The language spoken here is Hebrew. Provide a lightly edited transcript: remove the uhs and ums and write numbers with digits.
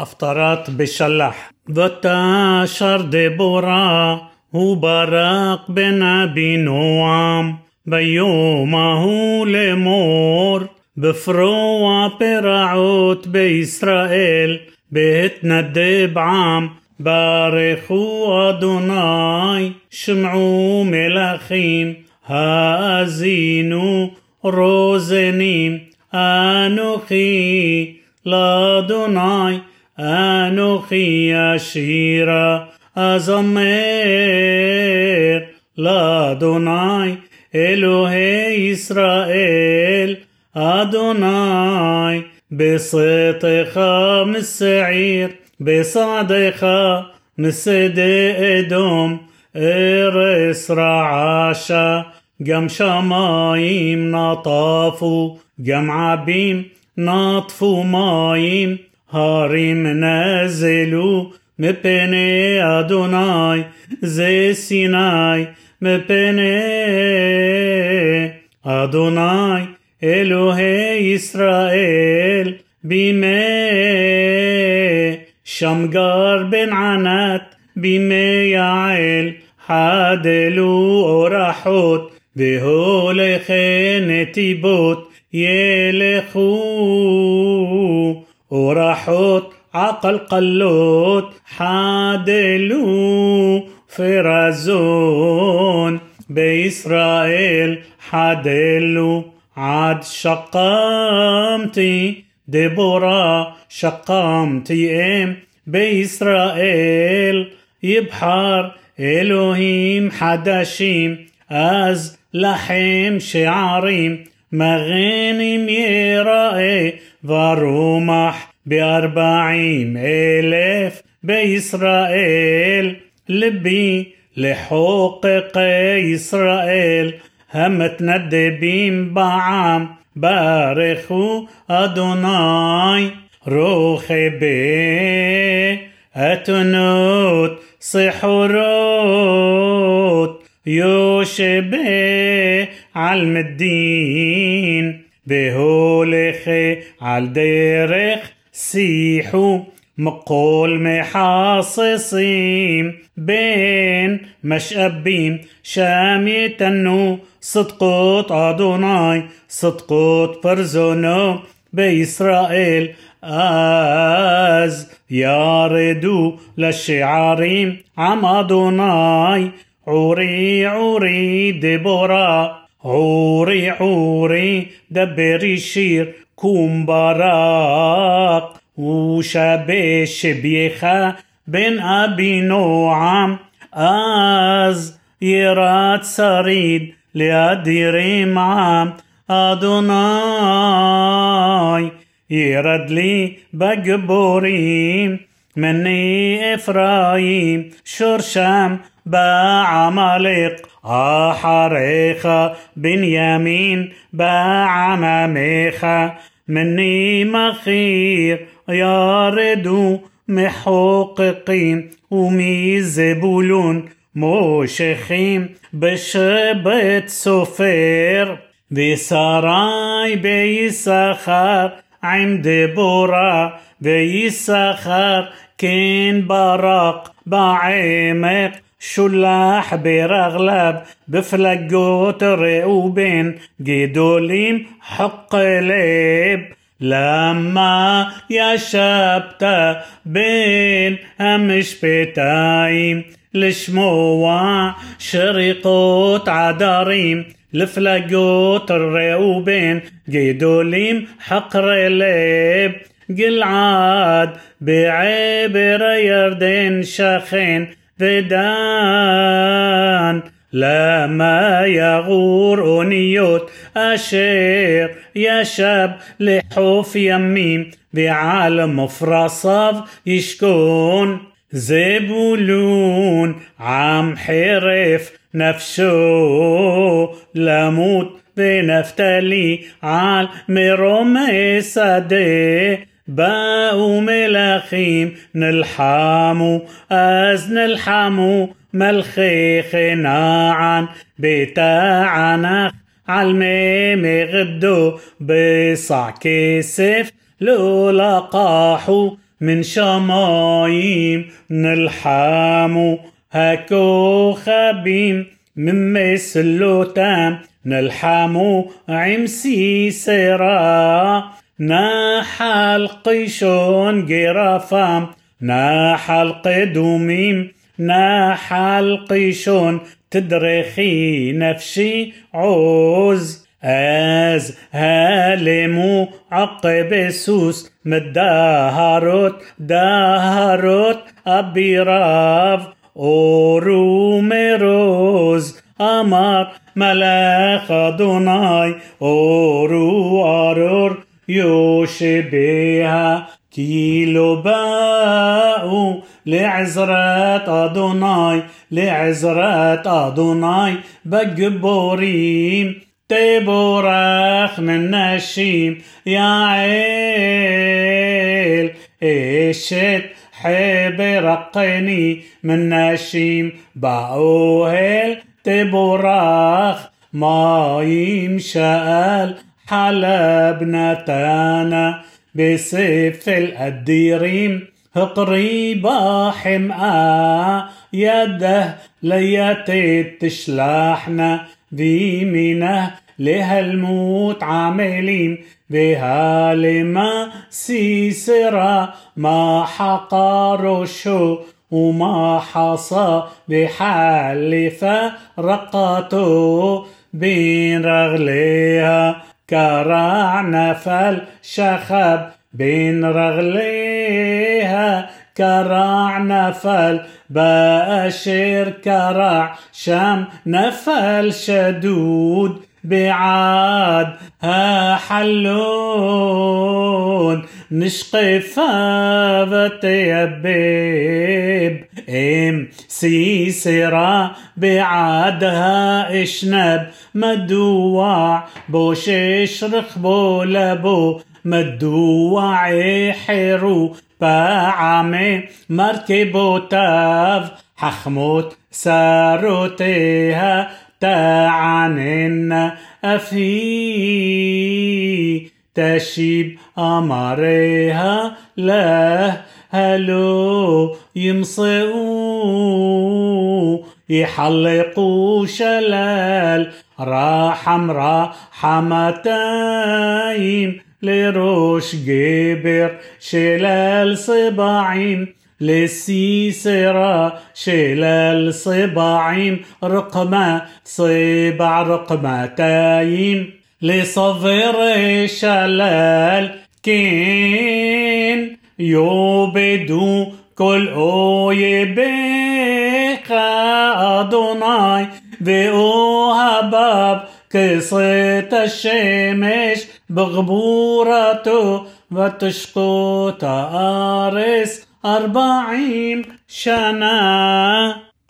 הפטרת בשלח. ותשר דבורה וברק בן אבינועם ביום ההוא לאמור בפרוע פרעות בישראל בהתנדב עם ברכו אדוני שמעו מלכים האזינו רוזנים אנוכי לאדוני אנוכי אשירה אזמר לאדוני אלוהי ישראל אדוני בסתך משעיר בסעדך משדה אדום ארץ רעשה גם שמיים נטפו גם עבים נטפו מים הרים נזלו מפני אדוני זה סיני מפני אדוני אלוהי ישראל בימי שמגר בן ענת בימי יעל חדלו אורחות והולכי נתיבות ילכו אורחות עקל קלות חדלו פרזון בישראל חדלו עד שקמתי דבורה שקמתי אם בישראל יבחר אלוהים חדשים אז לכם שערים מגנים יראה ורומח 40,000 בישראל לבי לחוקק ישראל המתנדבים בעם ברכו אדוני רוחבי אתונות סחורות יושבי על מדין והולכי על דרך שיחו מכל מחססים בין משאבים שם יתנו صدقות אדוני صدقות פרזונו בישראל אז ירדו לשערים עם אדוני עורי עורי דבורה עורי עורי דברי שיר קום ברק ושבש בייך בן אבינועם אז ירד שריד לאדירים עם אדוני ירד לי בגבורים מני אפרים שורשם בעמלק אחריך בנימין בעממך מני מחיר ירדו מחוקקים ומזבולון מושכים בשבת סופר ושרי ביששכר עם דבורה ויששכר כן ברק בעמק שולח ברגליו בפלגות ראובן גדולים חק לב למה ישבת בין המשפטיים לשמוע שריקות עדרים לפלגות ראובן גדולים חקרי לב גלעד בעבר הירדן שכן ודן למה יגור אוניות אשר ישב לחוף ימים ועל מפרסיו ישכון זבולון עם חרף נפשו למות ונפתלי על מרומי שדה באו מלכים נלחמו אז נלחמו מלכי כנען בתענך על מי מגדו בשע כסף לא לקחו من شمايم نلحمو هكوخبيم من مسلوتام نلحمو عمسي سرا نحل قيشون جرافام نحل قدوميم نحل قيشون تدرخي نفسي عوز از هالمو عقب سوس مدهروت دهروت أبيراف أورو مروز أمر ملاخ أدوناي أورو أرور يوشبها كيلو باء لعزرة أدوناي لعزرة أدوناي بجبوريم تبورخ من نشيم يا عيل إشت حب رقني من نشيم باوهل تبورخ ما يمشال حلب نتانا بسيف الأديريم قريبا حمقا يده ليتت تشلحنا بيمينه لهالموت عاملين بها لما سيسرا ما حقارو شو وما حصى بحال فرقته بين رغليها كرع نفل شخب بين رغليها كرع نفل بأشير كرع شام نفل شدود بعاد ها حلون نشقفا بتيبب ام سيسرا بعادها اشنب مدوع بوشش رخبو لبو مدوع يحرو بعمي مركبو تاف حخموت ساروتها تعنن أفي تشيب أمريها له هلو يمصئو يحلقوا شلال راحم حمتايم لروش جبر شلال صباعيم للسيسرا شلال صباعيم رقمة صباع رقمتايم لصفر شلال كين يوبدو كل أويبك أدوناي بأوهباب كصيت الشمس بغبورته وتشقو تارس 40 سنة